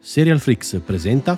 Serial Freaks presenta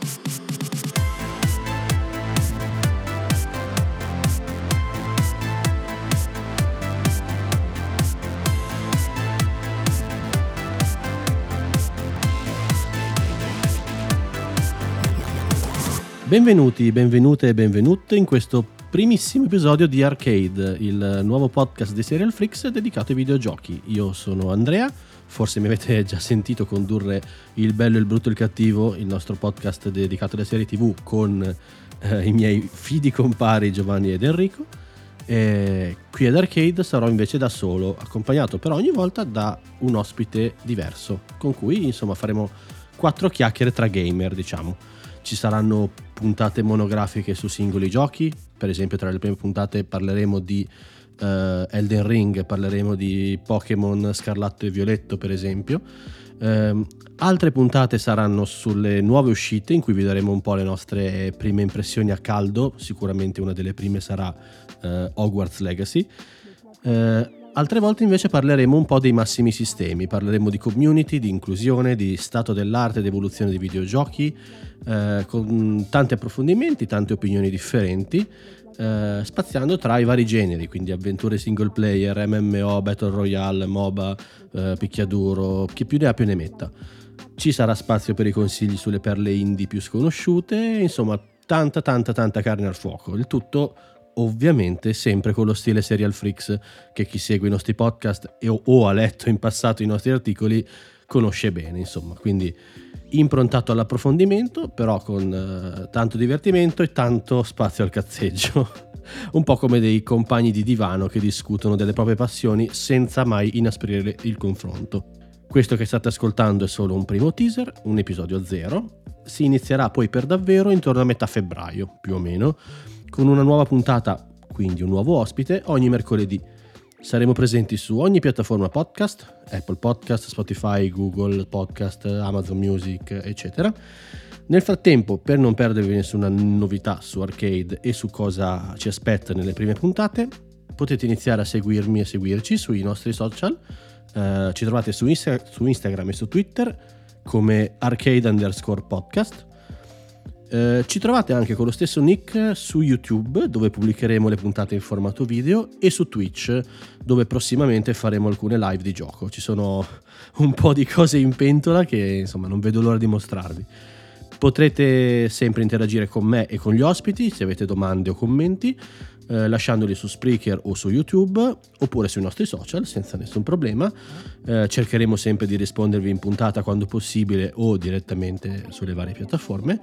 Benvenuti, benvenute e benvenute in questo primissimo episodio di Arcade, il nuovo podcast di Serial Freaks dedicato ai videogiochi. Io sono Andrea, forse mi avete già sentito condurre Il bello, il brutto e il cattivo, il nostro podcast dedicato alle serie TV con i miei fidi compari Giovanni ed Enrico. E qui ad Arcade sarò invece da solo, accompagnato però ogni volta da un ospite diverso, con cui insomma faremo 4 chiacchiere tra gamer, diciamo. Ci saranno puntate monografiche su singoli giochi, per esempio tra le prime puntate parleremo di Elden Ring, parleremo di Pokémon Scarlatto e Violetto per esempio. Altre puntate saranno sulle nuove uscite in cui vi daremo un po' le nostre prime impressioni a caldo, sicuramente una delle prime sarà Hogwarts Legacy. Altre volte invece parleremo un po' dei massimi sistemi, parleremo di community, di inclusione, di stato dell'arte ed evoluzione dei videogiochi, con tanti approfondimenti, tante opinioni differenti, spaziando tra i vari generi, quindi avventure single player, MMO, Battle Royale, MOBA, picchiaduro, chi più ne ha più ne metta. Ci sarà spazio per i consigli sulle perle indie più sconosciute, insomma tanta carne al fuoco, il tutto ovviamente sempre con lo stile Serial Freaks che chi segue i nostri podcast o ha letto in passato i nostri articoli conosce bene, insomma, quindi improntato all'approfondimento però con tanto divertimento e tanto spazio al cazzeggio un po' come dei compagni di divano che discutono delle proprie passioni senza mai inasprire il confronto. Questo che state ascoltando è solo un primo teaser, un episodio 0, si inizierà poi per davvero intorno a metà febbraio più o meno, con una nuova puntata, quindi un nuovo ospite, ogni mercoledì. Saremo presenti su ogni piattaforma podcast, Apple Podcast, Spotify, Google Podcast, Amazon Music, eccetera. Nel frattempo, per non perdervi nessuna novità su Arcade e su cosa ci aspetta nelle prime puntate, potete iniziare a seguirmi e seguirci sui nostri social. Ci trovate su Instagram e su Twitter come Arcade_podcast. Ci trovate anche con lo stesso nick su YouTube, dove pubblicheremo le puntate in formato video, e su Twitch, dove prossimamente faremo alcune live di gioco. Ci sono un po' di cose in pentola che insomma non vedo l'ora di mostrarvi. Potrete sempre interagire con me e con gli ospiti se avete domande o commenti, lasciandoli su Spreaker o su YouTube oppure sui nostri social senza nessun problema. Cercheremo sempre di rispondervi in puntata quando possibile o direttamente sulle varie piattaforme,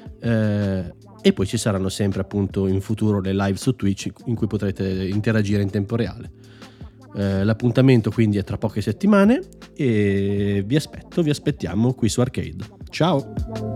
e poi ci saranno sempre appunto in futuro le live su Twitch in cui potrete interagire in tempo reale. L'appuntamento quindi è tra poche settimane e vi aspettiamo qui su Arcade. Ciao!